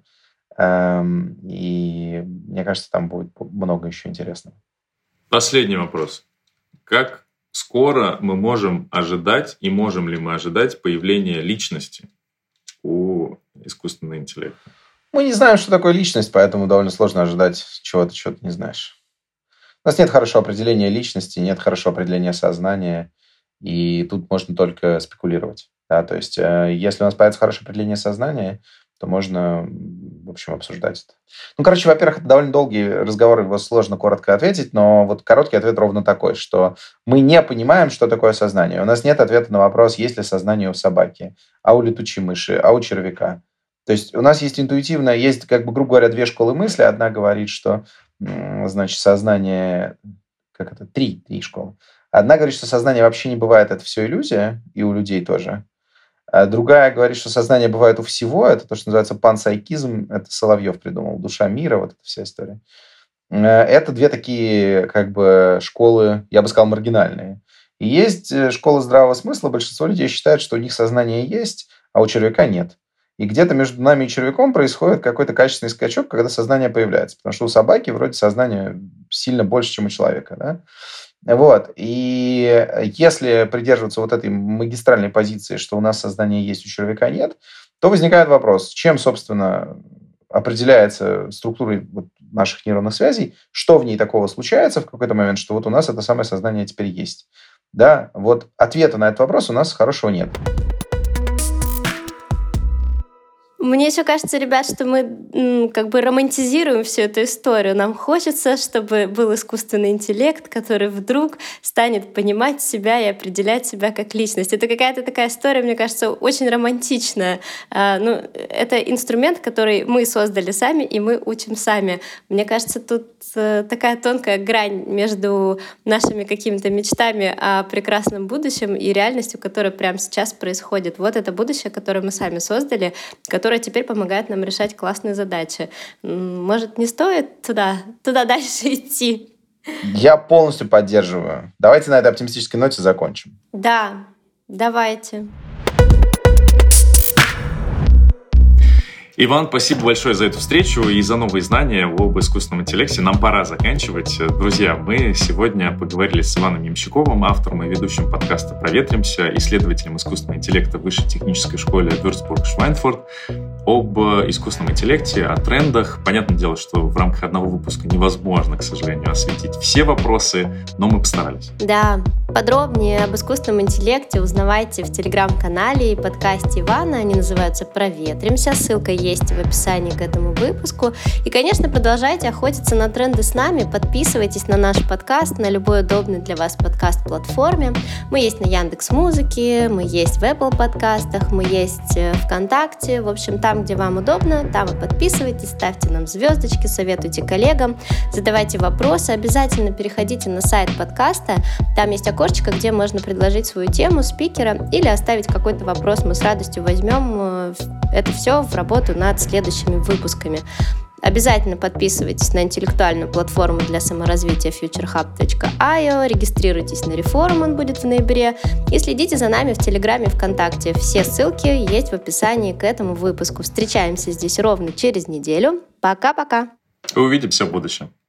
И мне кажется, там будет много еще интересного. Последний вопрос. Как скоро мы можем ожидать, и можем ли мы ожидать появления личности у искусственного интеллекта? Мы не знаем, что такое личность, поэтому довольно сложно ожидать чего-то, чего ты не знаешь. У нас нет хорошего определения личности, нет хорошего определения сознания, и тут можно только спекулировать. Да? То есть, если у нас появится хорошее определение сознания, то можно, в общем, обсуждать это. Ну, короче, во-первых, это довольно долгий разговор, его сложно коротко ответить, но вот короткий ответ ровно такой, что мы не понимаем, что такое сознание. У нас нет ответа на вопрос, есть ли сознание у собаки, а у летучей мыши, а у червяка. То есть у нас есть интуитивно, есть, как бы, грубо говоря, две школы мысли. Одна говорит, что, значит, сознание... Как это? Три, три школы. Одна говорит, что сознание вообще не бывает, это все иллюзия, и у людей тоже. А другая говорит, что сознание бывает у всего. Это то, что называется пансайкизм. Это Соловьев придумал. Душа мира, вот эта вся история. Это две такие, как бы, школы, я бы сказал, маргинальные. И есть школа здравого смысла. Большинство людей считают, что у них сознание есть, а у червяка нет. И где-то между нами и червяком происходит какой-то качественный скачок, когда сознание появляется. Потому что у собаки вроде сознание сильно больше, чем у человека. Да? Вот. И если придерживаться вот этой магистральной позиции, что у нас сознание есть, у червяка нет, то возникает вопрос, чем, собственно, определяется структура вот наших нейронных связей, что в ней такого случается в какой-то момент, что вот у нас это самое сознание теперь есть. Да? Вот ответа на этот вопрос у нас хорошего нет. Мне еще кажется, ребят, что мы как бы романтизируем всю эту историю. Нам хочется, чтобы был искусственный интеллект, который вдруг станет понимать себя и определять себя как личность. Это какая-то такая история, мне кажется, очень романтичная. Ну, это инструмент, который мы создали сами, и мы учим сами. Мне кажется, тут такая тонкая грань между нашими какими-то мечтами о прекрасном будущем и реальностью, которая прямо сейчас происходит. Вот это будущее, которое мы сами создали, которое теперь помогает нам решать классные задачи. Может, не стоит туда, туда дальше идти? Я полностью поддерживаю. Давайте на этой оптимистической ноте закончим. Да, давайте. Иван, спасибо большое за эту встречу и за новые знания об искусственном интеллекте. Нам пора заканчивать. Друзья, мы сегодня поговорили с Иваном Ямщиковым, автором и ведущим подкаста «Проветримся», исследователем искусственного интеллекта в Высшей технической школе Würzburg-Schweinfurt, об искусственном интеллекте, о трендах. Понятное дело, что в рамках одного выпуска невозможно, к сожалению, осветить все вопросы, но мы постарались. Да, подробнее об искусственном интеллекте узнавайте в телеграм-канале и подкасте Ивана. Они называются «Проветримся». Ссылка есть в описании к этому выпуску. И, конечно, продолжайте охотиться на тренды с нами. Подписывайтесь на наш подкаст на любой удобной для вас подкаст-платформе. Мы есть на Яндекс.Музыке, мы есть в Apple подкастах, мы есть ВКонтакте. В общем, там, где вам удобно, там и подписывайтесь, ставьте нам звездочки, советуйте коллегам, задавайте вопросы. Обязательно переходите на сайт подкаста. Там есть окошечко, где можно предложить свою тему, спикера или оставить какой-то вопрос. Мы с радостью возьмем это все в работу над следующими выпусками. Обязательно подписывайтесь на интеллектуальную платформу для саморазвития фьючер хаб точка ай о, регистрируйтесь на Reforum, он будет в ноябре, и следите за нами в Телеграме, ВКонтакте. Все ссылки есть в описании к этому выпуску. Встречаемся здесь ровно через неделю. Пока-пока! Увидимся в будущем.